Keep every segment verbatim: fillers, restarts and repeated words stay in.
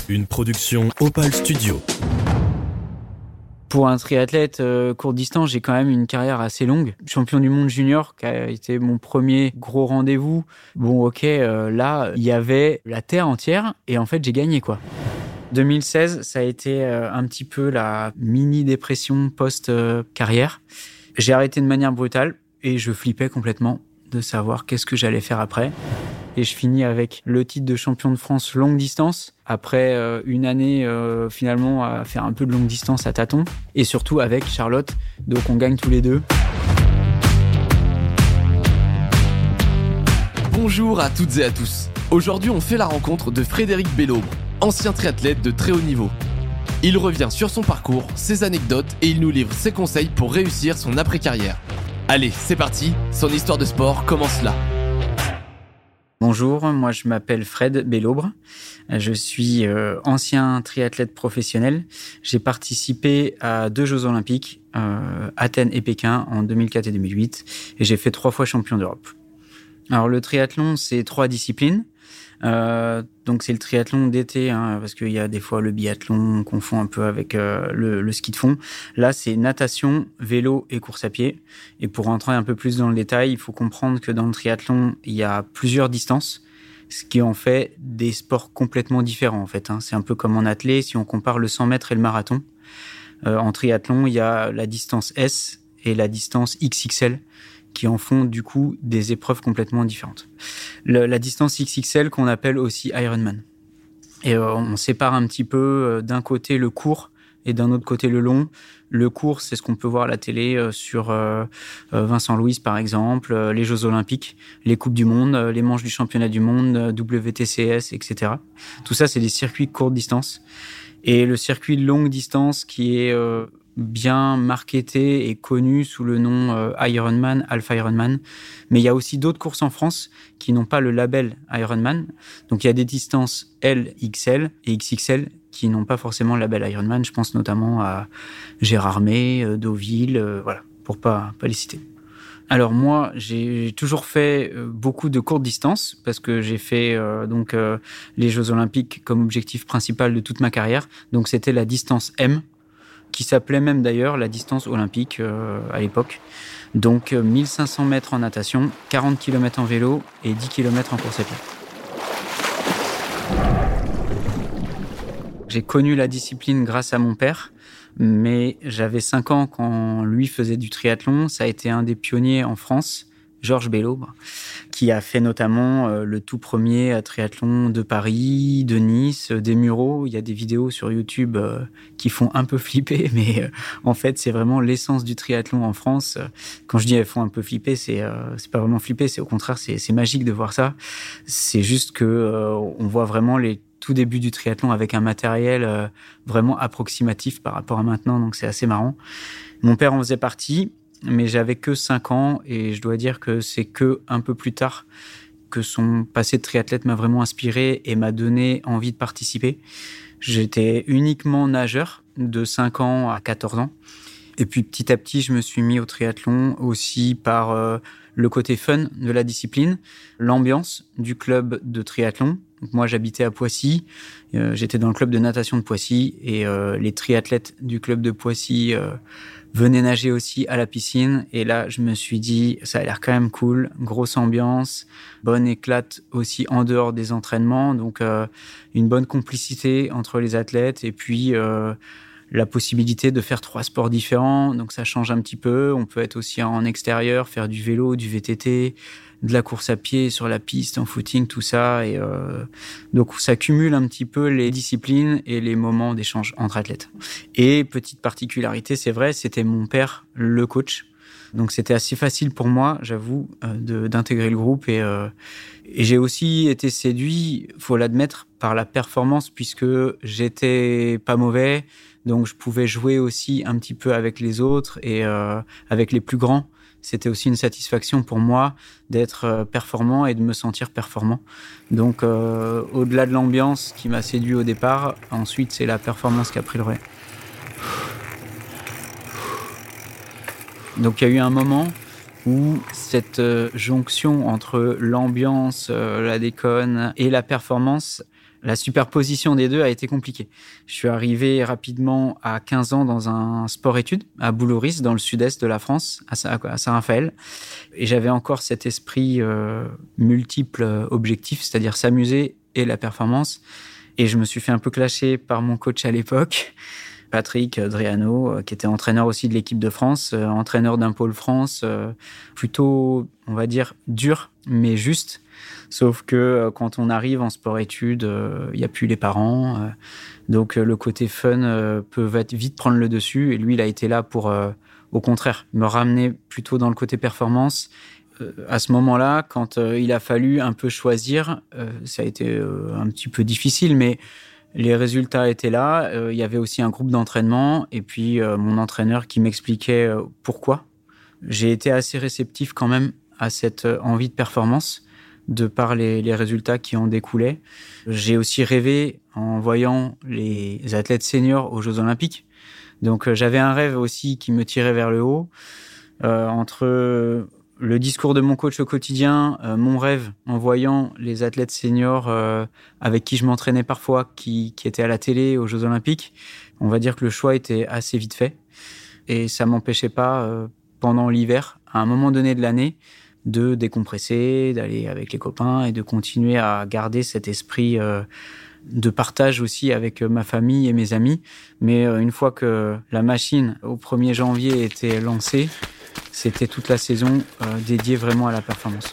Une production Opal Studio. Pour un triathlète euh, courte distance, j'ai quand même une carrière assez longue. Champion du monde junior, qui a été mon premier gros rendez-vous. Bon, ok, euh, là, il y avait la terre entière et en fait, j'ai gagné, quoi. deux mille seize, ça a été euh, un petit peu la mini-dépression post-carrière. J'ai arrêté de manière brutale et je flippais complètement de savoir qu'est-ce que j'allais faire après. Et je finis avec le titre de champion de France longue distance, après euh, une année euh, finalement à faire un peu de longue distance à tâtons, et surtout avec Charlotte, donc on gagne tous les deux. Bonjour à toutes et à tous. Aujourd'hui, on fait la rencontre de Frédéric Bellobre, ancien triathlète de très haut niveau. Il revient sur son parcours, ses anecdotes et il nous livre ses conseils pour réussir son après-carrière. Allez, c'est parti, son histoire de sport commence là. Bonjour, moi je m'appelle Fred Bellobre, je suis euh, ancien triathlète professionnel. J'ai participé à deux Jeux Olympiques, euh, Athènes et Pékin en deux mille quatre et deux mille huit, et j'ai fait trois fois champion d'Europe. Alors le triathlon, c'est trois disciplines. Euh, donc c'est le triathlon d'été, hein, parce qu'il y a des fois le biathlon, on confond un peu avec euh, le, le ski de fond. Là, c'est natation, vélo et course à pied. Et pour rentrer un peu plus dans le détail, il faut comprendre que dans le triathlon, il y a plusieurs distances, ce qui en fait des sports complètement différents, en fait. Hein. C'est un peu comme en athlé, si on compare le cent mètres et le marathon. Euh, en triathlon, il y a la distance S et la distance X X L, qui en font du coup des épreuves complètement différentes. Le, la distance X X L qu'on appelle aussi Ironman. Et euh, on sépare un petit peu euh, d'un côté le court et d'un autre côté le long. Le court, c'est ce qu'on peut voir à la télé euh, sur euh, euh, Vincent Louis par exemple, euh, les Jeux Olympiques, les Coupes du Monde, euh, les manches du championnat du monde, euh, W T C S, et cetera. Tout ça, c'est des circuits courte distance. Et le circuit longue distance qui est euh, bien marketé et connu sous le nom euh, Ironman, Alpha Ironman. Mais il y a aussi d'autres courses en France qui n'ont pas le label Ironman. Donc il y a des distances L, X L et X X L qui n'ont pas forcément le label Ironman. Je pense notamment à Gérardmer, euh, Deauville, euh, voilà, pour pas, pas les citer. Alors moi, j'ai toujours fait beaucoup de courtes distances parce que j'ai fait euh, donc euh, les Jeux Olympiques comme objectif principal de toute ma carrière. Donc c'était la distance M, qui s'appelait même d'ailleurs la distance olympique euh, à l'époque. Donc euh, mille cinq cents mètres en natation, quarante kilomètres en vélo et dix kilomètres en course à pied. J'ai connu la discipline grâce à mon père, mais j'avais cinq ans quand lui faisait du triathlon. Ça a été un des pionniers en France, Georges Bellobre, qui a fait notamment euh, le tout premier triathlon de Paris, de Nice, des Mureaux. Il y a des vidéos sur YouTube euh, qui font un peu flipper, mais euh, en fait, c'est vraiment l'essence du triathlon en France. Quand je dis elles font un peu flipper, c'est euh, c'est pas vraiment flipper, c'est au contraire, c'est, c'est magique de voir ça. C'est juste que euh, on voit vraiment les tout début du triathlon avec un matériel euh, vraiment approximatif par rapport à maintenant, donc c'est assez marrant. Mon père en faisait partie, mais j'avais que cinq ans et je dois dire que c'est que un peu plus tard que son passé de triathlète m'a vraiment inspiré et m'a donné envie de participer. J'étais uniquement nageur de cinq ans à quatorze ans. Et puis petit à petit, je me suis mis au triathlon aussi par euh, le côté fun de la discipline, l'ambiance du club de triathlon. Donc moi, j'habitais à Poissy, euh, j'étais dans le club de natation de Poissy et euh, les triathlètes du club de Poissy euh, venaient nager aussi à la piscine. Et là, je me suis dit, ça a l'air quand même cool, grosse ambiance, bonne éclate aussi en dehors des entraînements. Donc euh, une bonne complicité entre les athlètes et puis euh, la possibilité de faire trois sports différents. Donc ça change un petit peu. On peut être aussi en extérieur, faire du vélo, du V T T, de la course à pied sur la piste, en footing, tout ça. Et euh, donc, ça cumule un petit peu les disciplines et les moments d'échange entre athlètes. Et petite particularité, c'est vrai, c'était mon père, le coach. Donc, c'était assez facile pour moi, j'avoue, euh, de, d'intégrer le groupe. Et, euh, et j'ai aussi été séduit, faut l'admettre, par la performance, puisque j'étais pas mauvais. Donc, je pouvais jouer aussi un petit peu avec les autres et euh, avec les plus grands. C'était aussi une satisfaction pour moi d'être performant et de me sentir performant. Donc, euh, au-delà de l'ambiance qui m'a séduit au départ, ensuite, c'est la performance qui a pris le relais. Donc, il y a eu un moment où cette euh, jonction entre l'ambiance, euh, la déconne et la performance, La superposition des deux a été compliquée. Je suis arrivé rapidement à quinze ans dans un sport-études à Boulouris, dans le sud-est de la France, à Saint-Raphaël. Et j'avais encore cet esprit euh, multiple objectif, c'est-à-dire s'amuser et la performance. Et je me suis fait un peu clasher par mon coach à l'époque, Patrick Driano, qui était entraîneur aussi de l'équipe de France, euh, entraîneur d'un pôle France, euh, plutôt, on va dire, dur, mais juste. Sauf que euh, quand on arrive en sport-études, il euh, n'y a plus les parents. Euh, donc euh, le côté fun euh, peut vite prendre le dessus. Et lui, il a été là pour, euh, au contraire, me ramener plutôt dans le côté performance. Euh, à ce moment-là, quand euh, il a fallu un peu choisir, euh, ça a été euh, un petit peu difficile, mais les résultats étaient là. Euh, il y avait aussi un groupe d'entraînement et puis euh, mon entraîneur qui m'expliquait euh, pourquoi. J'ai été assez réceptif quand même à cette euh, envie de performance de par les, les résultats qui en découlaient. J'ai aussi rêvé en voyant les athlètes seniors aux Jeux Olympiques. Donc euh, j'avais un rêve aussi qui me tirait vers le haut. Euh, entre le discours de mon coach au quotidien, euh, mon rêve en voyant les athlètes seniors euh, avec qui je m'entraînais parfois, qui, qui étaient à la télé aux Jeux Olympiques, on va dire que le choix était assez vite fait. Et ça ne m'empêchait pas, euh, pendant l'hiver, à un moment donné de l'année, de décompresser, d'aller avec les copains et de continuer à garder cet esprit euh, de partage aussi avec ma famille et mes amis. Mais euh, une fois que la machine, au premier janvier, était lancée, c'était toute la saison euh, dédiée vraiment à la performance.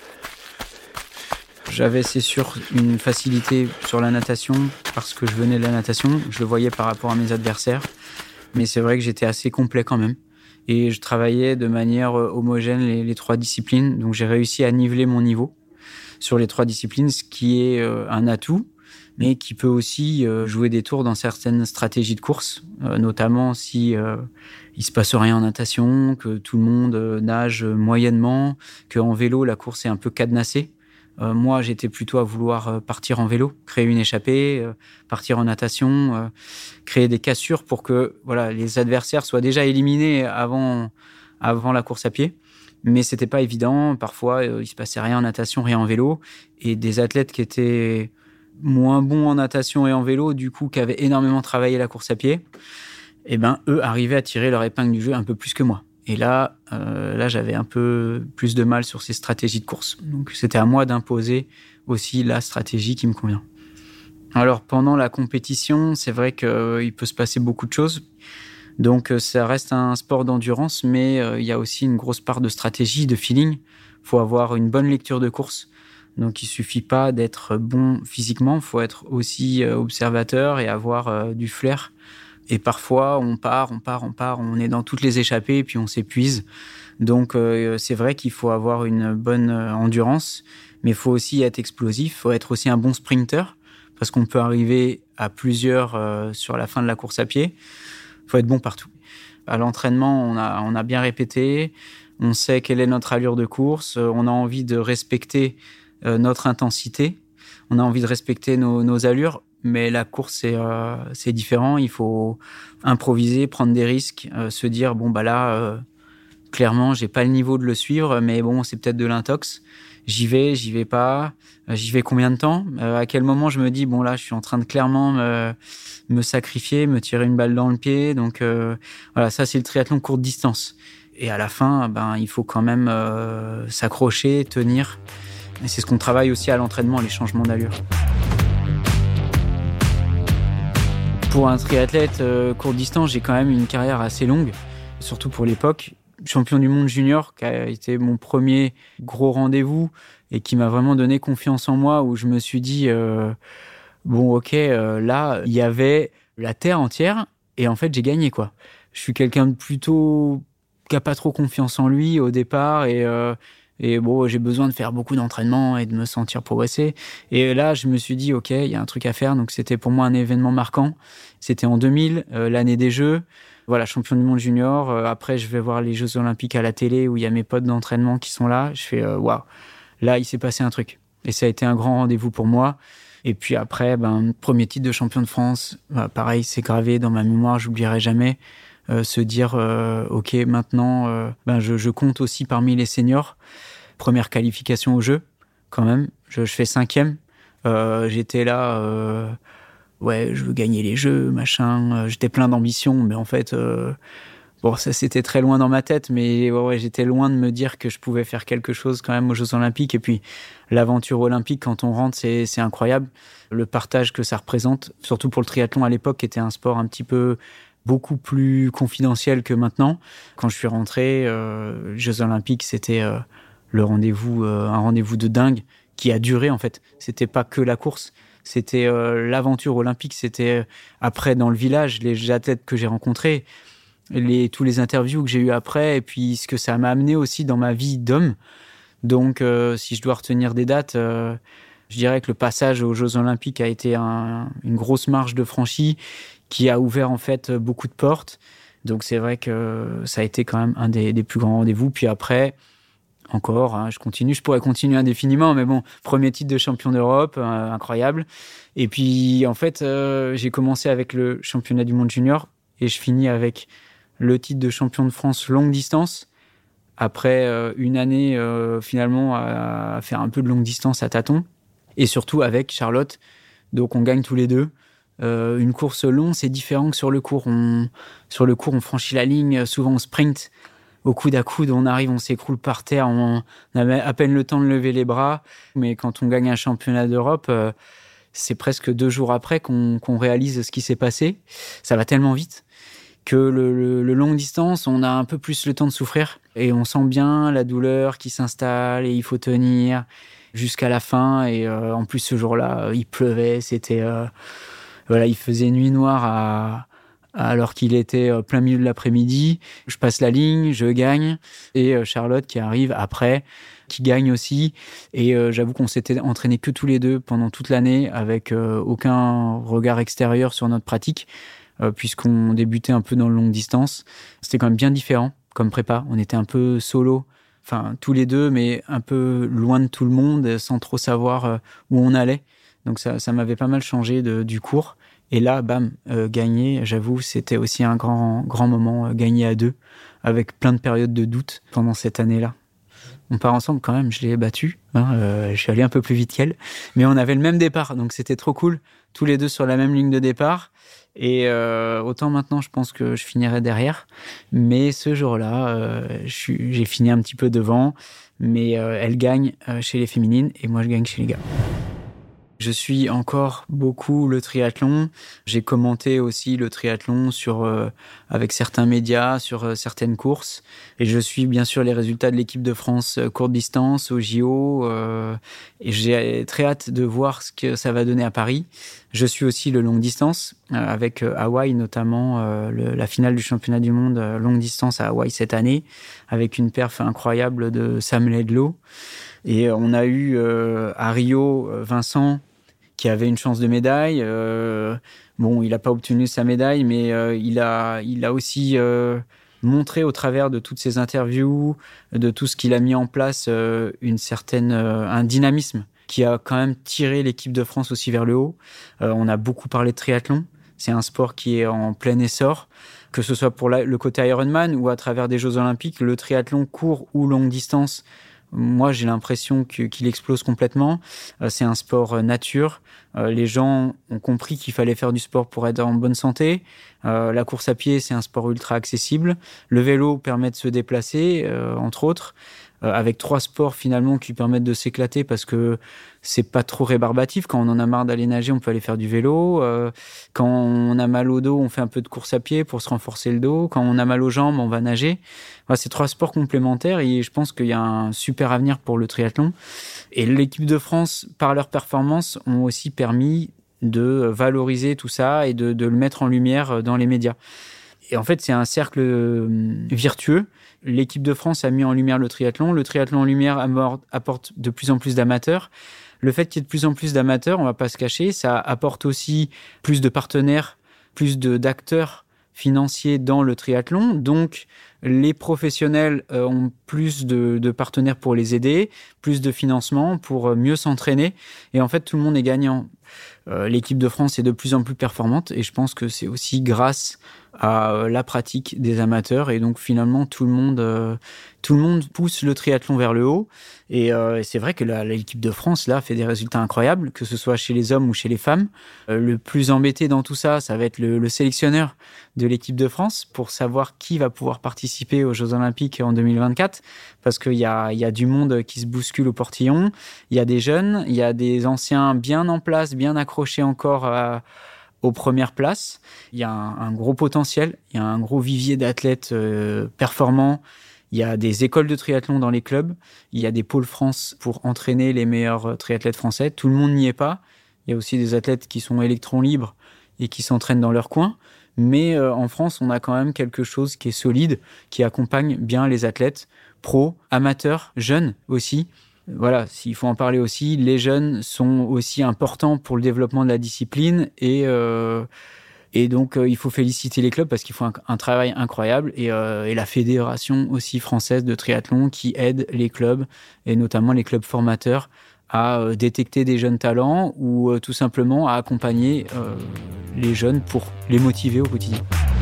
J'avais, c'est sûr, une facilité sur la natation parce que je venais de la natation. Je le voyais par rapport à mes adversaires. Mais c'est vrai que j'étais assez complet quand même. Et je travaillais de manière homogène les, les trois disciplines. Donc j'ai réussi à niveler mon niveau sur les trois disciplines, ce qui est euh, un atout, mais qui peut aussi euh, jouer des tours dans certaines stratégies de course, euh, notamment si euh, il se passe rien en natation, que tout le monde euh, nage moyennement, qu'en vélo la course est un peu cadenassée. Euh, moi, j'étais plutôt à vouloir partir en vélo, créer une échappée, euh, partir en natation, euh, créer des cassures pour que voilà, les adversaires soient déjà éliminés avant, avant la course à pied. Mais c'était pas évident. Parfois, euh, il se passait rien en natation, rien en vélo. Et des athlètes qui étaient moins bons en natation et en vélo, du coup, qui avaient énormément travaillé la course à pied, eh ben, eux arrivaient à tirer leur épingle du jeu un peu plus que moi. Et là, euh, là, j'avais un peu plus de mal sur ces stratégies de course. Donc, c'était à moi d'imposer aussi la stratégie qui me convient. Alors, pendant la compétition, c'est vrai qu'il euh, peut se passer beaucoup de choses. Donc, euh, ça reste un sport d'endurance, mais euh, il y a aussi une grosse part de stratégie, de feeling. Il faut avoir une bonne lecture de course. Donc, il ne suffit pas d'être bon physiquement. Il faut être aussi euh, observateur et avoir euh, du flair. Et parfois, on part, on part, on part, on est dans toutes les échappées et puis on s'épuise. Donc, euh, c'est vrai qu'il faut avoir une bonne endurance, mais il faut aussi être explosif. Il faut être aussi un bon sprinter parce qu'on peut arriver à plusieurs euh, sur la fin de la course à pied. Il faut être bon partout. À l'entraînement, on a, on a bien répété. On sait quelle est notre allure de course. On a envie de respecter euh, notre intensité. On a envie de respecter nos, nos allures. Mais la course, c'est, euh, c'est différent. Il faut improviser, prendre des risques, euh, se dire, bon, bah là, euh, clairement, j'ai pas le niveau de le suivre, mais bon, c'est peut-être de l'intox. J'y vais, j'y vais pas. Euh, j'y vais combien de temps ? euh, À quel moment je me dis, bon, là, je suis en train de clairement me, me sacrifier, me tirer une balle dans le pied. Donc, euh, voilà, ça, c'est le triathlon courte distance. Et à la fin, ben, il faut quand même euh, s'accrocher, tenir. Et c'est ce qu'on travaille aussi à l'entraînement, les changements d'allure. Pour un triathlète euh, courte distance, j'ai quand même une carrière assez longue, surtout pour l'époque. Champion du monde junior, qui a été mon premier gros rendez-vous et qui m'a vraiment donné confiance en moi, où je me suis dit, euh, bon ok, euh, là, il y avait la terre entière et en fait, j'ai gagné, quoi. Je suis quelqu'un de plutôt qui n'a pas trop confiance en lui au départ et... Euh, Et bon, j'ai besoin de faire beaucoup d'entraînement et de me sentir progresser. Et là, je me suis dit, OK, il y a un truc à faire. Donc, c'était pour moi un événement marquant. C'était en deux mille, euh, l'année des Jeux. Voilà, champion du monde junior. Euh, après, je vais voir les Jeux Olympiques à la télé où il y a mes potes d'entraînement qui sont là. Je fais, euh, waouh, là, il s'est passé un truc. Et ça a été un grand rendez-vous pour moi. Et puis après, ben, premier titre de champion de France. Bah, pareil, c'est gravé dans ma mémoire, j'oublierai jamais. Euh, se dire, euh, OK, maintenant, euh, ben, je, je compte aussi parmi les seniors. Première qualification au jeu, quand même. Je, je fais cinquième. Euh, j'étais là, euh, ouais, je veux gagner les jeux, machin. Euh, j'étais plein d'ambition, mais en fait, euh, bon, ça c'était très loin dans ma tête, mais ouais, ouais, j'étais loin de me dire que je pouvais faire quelque chose quand même aux Jeux Olympiques. Et puis, l'aventure olympique, quand on rentre, c'est, c'est incroyable. Le partage que ça représente, surtout pour le triathlon à l'époque, qui était un sport un petit peu beaucoup plus confidentiel que maintenant. Quand je suis rentré, euh, les Jeux Olympiques, c'était euh, le rendez-vous, euh, un rendez-vous de dingue qui a duré en fait. C'était pas que la course, c'était euh, l'aventure olympique. C'était euh, après dans le village, les athlètes que j'ai rencontrés, les, tous les interviews que j'ai eu après, et puis ce que ça m'a amené aussi dans ma vie d'homme. Donc, euh, si je dois retenir des dates, euh, je dirais que le passage aux Jeux Olympiques a été un, une grosse marche de franchie qui a ouvert en fait beaucoup de portes. Donc c'est vrai que ça a été quand même un des, des plus grands rendez-vous. Puis après, encore, hein, je continue, je pourrais continuer indéfiniment, mais bon, premier titre de champion d'Europe, euh, incroyable. Et puis en fait, euh, j'ai commencé avec le championnat du monde junior et je finis avec le titre de champion de France longue distance. Après euh, une année euh, finalement à, à faire un peu de longue distance à tâtons. Et surtout avec Charlotte, donc on gagne tous les deux. Euh, une course longue, c'est différent que sur le court. On, sur le court, on franchit la ligne, souvent on sprint. Au coude à coude, on arrive, on s'écroule par terre, on a à peine le temps de lever les bras. Mais quand on gagne un championnat d'Europe, euh, c'est presque deux jours après qu'on, qu'on réalise ce qui s'est passé. Ça va tellement vite que le, le, le longue distance, on a un peu plus le temps de souffrir. Et on sent bien la douleur qui s'installe et il faut tenir jusqu'à la fin. Et euh, en plus, ce jour-là, il pleuvait, c'était... Euh, Voilà, il faisait nuit noire à, à, alors qu'il était plein milieu de l'après-midi. Je passe la ligne, je gagne. Et Charlotte qui arrive après, qui gagne aussi. Et euh, j'avoue qu'on s'était entraînés que tous les deux pendant toute l'année avec euh, aucun regard extérieur sur notre pratique, euh, puisqu'on débutait un peu dans le longue distance. C'était quand même bien différent comme prépa. On était un peu solo, enfin tous les deux, mais un peu loin de tout le monde, sans trop savoir euh, où on allait. Donc ça, ça m'avait pas mal changé de, du cours. Et là, bam, euh, gagner, j'avoue, c'était aussi un grand, grand moment, euh, gagner à deux, avec plein de périodes de doute pendant cette année-là. On part ensemble quand même, je l'ai battue. Hein, euh, je suis allé un peu plus vite qu'elle. Mais on avait le même départ, donc c'était trop cool. Tous les deux sur la même ligne de départ. Et euh, autant maintenant, je pense que je finirai derrière. Mais ce jour-là, euh, je suis, j'ai fini un petit peu devant. Mais euh, elle gagne euh, chez les féminines et moi, je gagne chez les gars. Je suis encore beaucoup le triathlon. J'ai commenté aussi le triathlon sur, euh, avec certains médias, sur euh, certaines courses. Et je suis bien sûr les résultats de l'équipe de France euh, courte distance au J O. Euh, et j'ai très hâte de voir ce que ça va donner à Paris. Je suis aussi le longue distance, euh, avec euh, Hawaï notamment, euh, le, la finale du championnat du monde euh, longue distance à Hawaï cette année, avec une perf incroyable de Sam Laidlow. Et on a eu euh, à Rio Vincent qui avait une chance de médaille. Euh, bon, il n'a pas obtenu sa médaille, mais euh, il a, il a aussi euh, montré au travers de toutes ses interviews, de tout ce qu'il a mis en place, euh, une certaine, euh, un dynamisme qui a quand même tiré l'équipe de France aussi vers le haut. Euh, on a beaucoup parlé de triathlon. C'est un sport qui est en plein essor, que ce soit pour la, le côté Ironman ou à travers des Jeux Olympiques. Le triathlon court ou longue distance, moi, j'ai l'impression que, qu'il explose complètement. Euh, c'est un sport euh, nature. Euh, les gens ont compris qu'il fallait faire du sport pour être en bonne santé. Euh, la course à pied, c'est un sport ultra accessible. Le vélo permet de se déplacer, euh, entre autres, euh, avec trois sports finalement qui permettent de s'éclater parce que c'est pas trop rébarbatif. Quand on en a marre d'aller nager, on peut aller faire du vélo. Euh, quand on a mal au dos, on fait un peu de course à pied pour se renforcer le dos. Quand on a mal aux jambes, on va nager. Enfin, c'est trois sports complémentaires et je pense qu'il y a un super avenir pour le triathlon. Et l'équipe de France, par leurs performances, ont aussi permis de valoriser tout ça et de, de le mettre en lumière dans les médias. Et en fait, c'est un cercle virtueux. L'équipe de France a mis en lumière le triathlon. Le triathlon en lumière apporte de plus en plus d'amateurs. Le fait qu'il y ait de plus en plus d'amateurs, on ne va pas se cacher, ça apporte aussi plus de partenaires, plus de, d'acteurs financiers dans le triathlon. Donc, les professionnels euh, ont plus de, de partenaires pour les aider, plus de financement pour mieux s'entraîner. Et en fait, tout le monde est gagnant. Euh, l'équipe de France est de plus en plus performante et je pense que c'est aussi grâce à la pratique des amateurs. Et donc, finalement, tout le monde, euh, tout le monde pousse le triathlon vers le haut. Et, euh, et c'est vrai que la, l'équipe de France, là, fait des résultats incroyables, que ce soit chez les hommes ou chez les femmes. Euh, le plus embêté dans tout ça, ça va être le, le sélectionneur de l'équipe de France pour savoir qui va pouvoir participer aux Jeux Olympiques en deux mille vingt-quatre. Parce qu'il y a, il y a du monde qui se bouscule au portillon. Il y a des jeunes, il y a des anciens bien en place, bien accrochés encore à aux premières places. Il y a un, un gros potentiel, il y a un gros vivier d'athlètes euh, performants. Il y a des écoles de triathlon dans les clubs. Il y a des pôles France pour entraîner les meilleurs triathlètes français. Tout le monde n'y est pas. Il y a aussi des athlètes qui sont électrons libres et qui s'entraînent dans leur coin. Mais euh, en France, on a quand même quelque chose qui est solide, qui accompagne bien les athlètes pros, amateurs, jeunes aussi. Voilà, s'il faut en parler aussi, les jeunes sont aussi importants pour le développement de la discipline et, euh, et donc euh, il faut féliciter les clubs parce qu'ils font un, un travail incroyable et, euh, et la fédération aussi française de triathlon qui aide les clubs et notamment les clubs formateurs à euh, détecter des jeunes talents ou euh, tout simplement à accompagner euh, les jeunes pour les motiver au quotidien.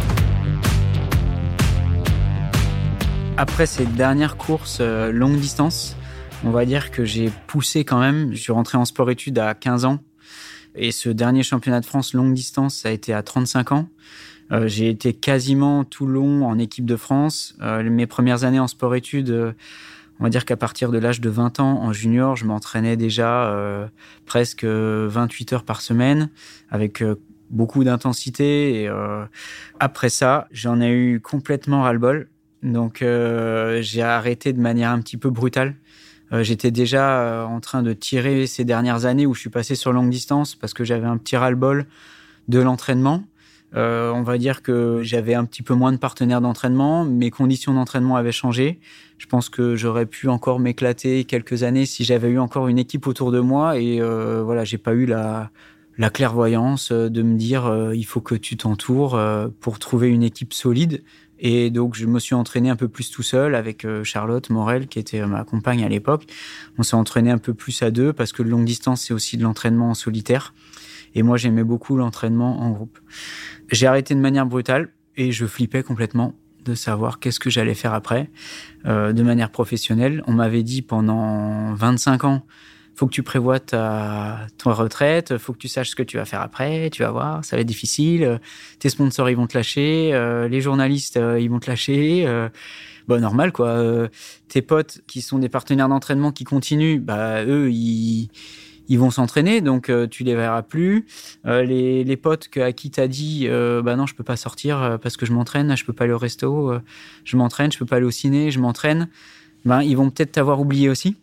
Après ces dernières courses euh, longue distance, on va dire que j'ai poussé quand même. Je suis rentré en sport-études à quinze ans. Et ce dernier championnat de France longue distance, ça a été à trente-cinq ans. Euh, j'ai été quasiment tout long en équipe de France. Euh, mes premières années en sport-études, euh, on va dire qu'à partir de l'âge de vingt ans, en junior, je m'entraînais déjà euh, presque vingt-huit heures par semaine, avec euh, beaucoup d'intensité. Et euh, après ça, j'en ai eu complètement ras-le-bol. Donc, euh, j'ai arrêté de manière un petit peu brutale. Euh, j'étais déjà euh, en train de tirer ces dernières années où je suis passé sur longue distance parce que j'avais un petit ras-le-bol de l'entraînement. Euh, on va dire que j'avais un petit peu moins de partenaires d'entraînement. Mes conditions d'entraînement avaient changé. Je pense que j'aurais pu encore m'éclater quelques années si j'avais eu encore une équipe autour de moi. Et euh, voilà, j'ai pas eu la, la clairvoyance de me dire euh, il faut que tu t'entoures euh, pour trouver une équipe solide. Et donc, je me suis entraîné un peu plus tout seul avec Charlotte Morel, qui était ma compagne à l'époque. On s'est entraîné un peu plus à deux parce que le longue distance, c'est aussi de l'entraînement en solitaire. Et moi, j'aimais beaucoup l'entraînement en groupe. J'ai arrêté de manière brutale et je flippais complètement de savoir qu'est-ce que j'allais faire après, euh, de manière professionnelle. On m'avait dit pendant vingt-cinq ans, faut que tu prévois ta, ta retraite, faut que tu saches ce que tu vas faire après, tu vas voir, ça va être difficile, tes sponsors, ils vont te lâcher, euh, les journalistes, euh, ils vont te lâcher, euh, bah, normal, quoi. Euh, tes potes qui sont des partenaires d'entraînement qui continuent, bah, eux, ils, ils vont s'entraîner, donc euh, tu les verras plus. Euh, les, les potes que, à qui t'as dit, euh, bah non, je peux pas sortir euh, parce que je m'entraîne, je peux pas aller au resto, euh, je m'entraîne, je peux pas aller au ciné, je m'entraîne, ben, ils vont peut-être t'avoir oublié aussi.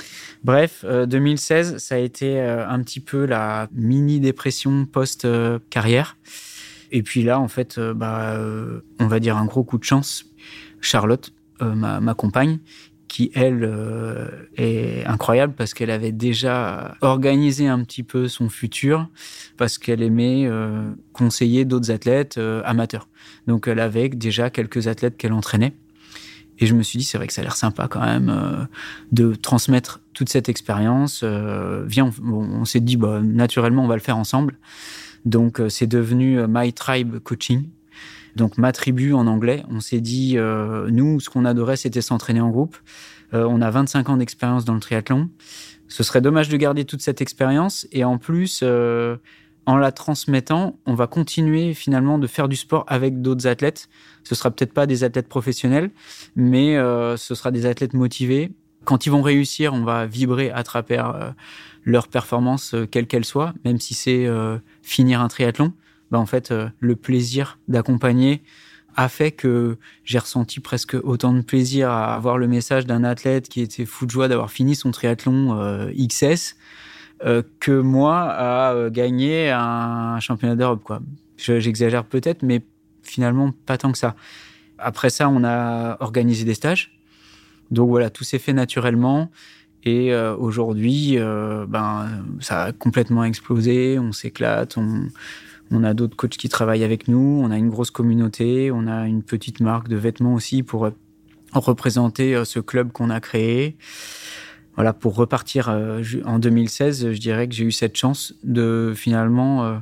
Bref, euh, deux mille seize, ça a été euh, un petit peu la mini-dépression post-carrière. Et puis là, en fait, euh, bah, euh, on va dire un gros coup de chance. Charlotte, euh, ma, ma compagne, qui, elle, euh, est incroyable parce qu'elle avait déjà organisé un petit peu son futur, parce qu'elle aimait euh, conseiller d'autres athlètes euh, amateurs. Donc, elle avait déjà quelques athlètes qu'elle entraînait. Et je me suis dit, c'est vrai que ça a l'air sympa quand même euh, de transmettre toute cette expérience. Euh, viens, on, on s'est dit, bah, naturellement, on va le faire ensemble. Donc, euh, c'est devenu euh, My Tribe Coaching. Donc, ma tribu en anglais. On s'est dit, euh, nous, ce qu'on adorait, c'était s'entraîner en groupe. Euh, on a vingt-cinq ans d'expérience dans le triathlon. Ce serait dommage de garder toute cette expérience. Et en plus, euh, en la transmettant, on va continuer finalement de faire du sport avec d'autres athlètes. Ce sera peut-être pas des athlètes professionnels, mais euh, ce sera des athlètes motivés. Quand ils vont réussir, on va vibrer à travers euh, leur performance, euh, quelle qu'elle soit, même si c'est euh, finir un triathlon. Bah, en fait, euh, le plaisir d'accompagner a fait que j'ai ressenti presque autant de plaisir à avoir le message d'un athlète qui était fou de joie d'avoir fini son triathlon euh, X S euh, que moi à euh, gagner un championnat d'Europe, quoi. Je, j'exagère peut-être, mais finalement pas tant que ça. Après ça, on a organisé des stages. Donc voilà, tout s'est fait naturellement. Et euh, aujourd'hui, euh, ben, ça a complètement explosé. On s'éclate. On, on a d'autres coachs qui travaillent avec nous. On a une grosse communauté. On a une petite marque de vêtements aussi pour euh, représenter euh, ce club qu'on a créé. Voilà, pour repartir euh, en deux mille seize, je dirais que j'ai eu cette chance de finalement euh,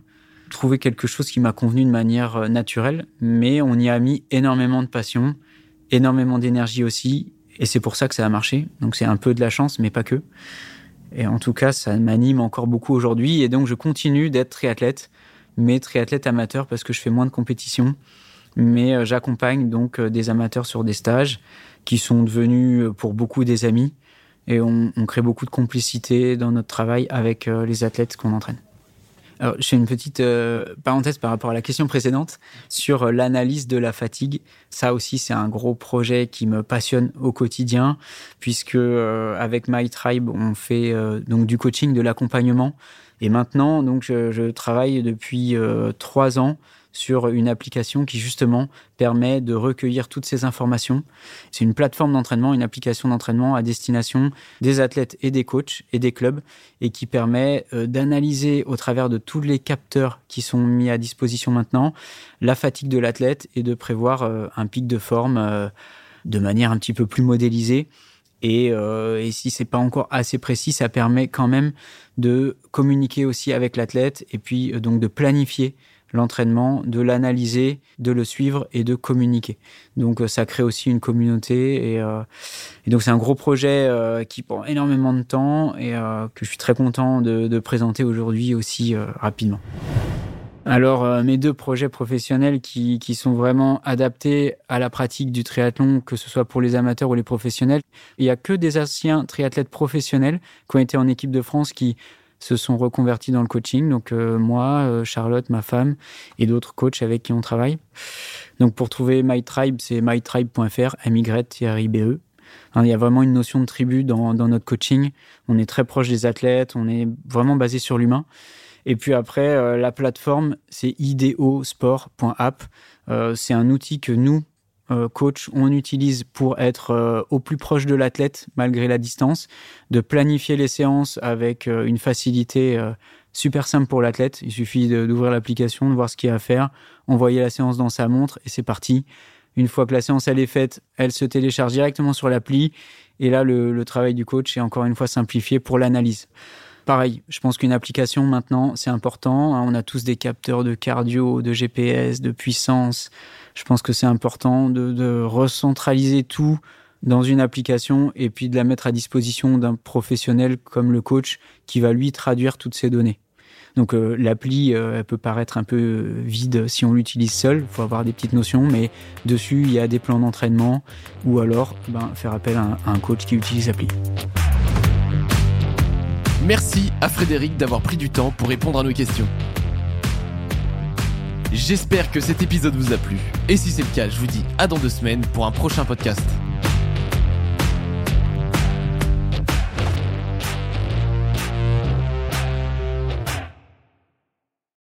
trouvé quelque chose qui m'a convenu de manière naturelle, mais on y a mis énormément de passion, énormément d'énergie aussi, et c'est pour ça que ça a marché. Donc c'est un peu de la chance, mais pas que. Et en tout cas, ça m'anime encore beaucoup aujourd'hui, et donc je continue d'être triathlète, mais triathlète amateur parce que je fais moins de compétition, mais j'accompagne donc des amateurs sur des stages qui sont devenus pour beaucoup des amis, et on, on crée beaucoup de complicité dans notre travail avec les athlètes qu'on entraîne. Alors, je fais une petite euh, parenthèse par rapport à la question précédente sur euh, l'analyse de la fatigue. Ça aussi, c'est un gros projet qui me passionne au quotidien, puisque euh, avec My Tribe, on fait euh, donc du coaching, de l'accompagnement. Et maintenant, donc, je, je travaille depuis euh, trois ans sur une application qui justement permet de recueillir toutes ces informations. C'est une plateforme d'entraînement, une application d'entraînement à destination des athlètes et des coachs et des clubs, et qui permet euh, d'analyser au travers de tous les capteurs qui sont mis à disposition maintenant la fatigue de l'athlète et de prévoir euh, un pic de forme euh, de manière un petit peu plus modélisée. Et, euh, et si c'est pas encore assez précis, ça permet quand même de communiquer aussi avec l'athlète et puis euh, donc de planifier l'entraînement, de l'analyser, de le suivre et de communiquer. Donc ça crée aussi une communauté, et, euh, et donc c'est un gros projet euh, qui prend énormément de temps, et euh, que je suis très content de, de présenter aujourd'hui aussi euh, rapidement. Alors euh, mes deux projets professionnels qui, qui sont vraiment adaptés à la pratique du triathlon, que ce soit pour les amateurs ou les professionnels, il n'y a que des anciens triathlètes professionnels qui ont été en équipe de France qui se sont reconvertis dans le coaching. Donc euh, moi, euh, Charlotte, ma femme, et d'autres coachs avec qui on travaille. Donc pour trouver My Tribe, c'est my tribe point f r, M Y R I B E. Hein, il y a vraiment une notion de tribu dans, dans notre coaching. On est très proche des athlètes, on est vraiment basé sur l'humain. Et puis après, euh, la plateforme, c'est ideosport point app. Euh, c'est un outil que nous, Euh, coach, on utilise pour être euh, au plus proche de l'athlète malgré la distance, de planifier les séances avec euh, une facilité euh, super simple pour l'athlète. Il suffit de, d'ouvrir l'application, de voir ce qu'il y a à faire, envoyer la séance dans sa montre et c'est parti. Une fois que la séance elle est faite, elle se télécharge directement sur l'appli, et là le, le travail du coach est encore une fois simplifié pour l'analyse. Pareil, je pense qu'une application maintenant, c'est important. On a tous des capteurs de cardio, de G P S, de puissance. Je pense que c'est important de, de recentraliser tout dans une application et puis de la mettre à disposition d'un professionnel comme le coach qui va lui traduire toutes ces données. Donc euh, l'appli, euh, elle peut paraître un peu vide si on l'utilise seul. Il faut avoir des petites notions, mais dessus, il y a des plans d'entraînement, ou alors ben, faire appel à un, à un coach qui utilise l'appli. Merci à Frédéric d'avoir pris du temps pour répondre à nos questions. J'espère que cet épisode vous a plu. Et si c'est le cas, je vous dis à dans deux semaines pour un prochain podcast.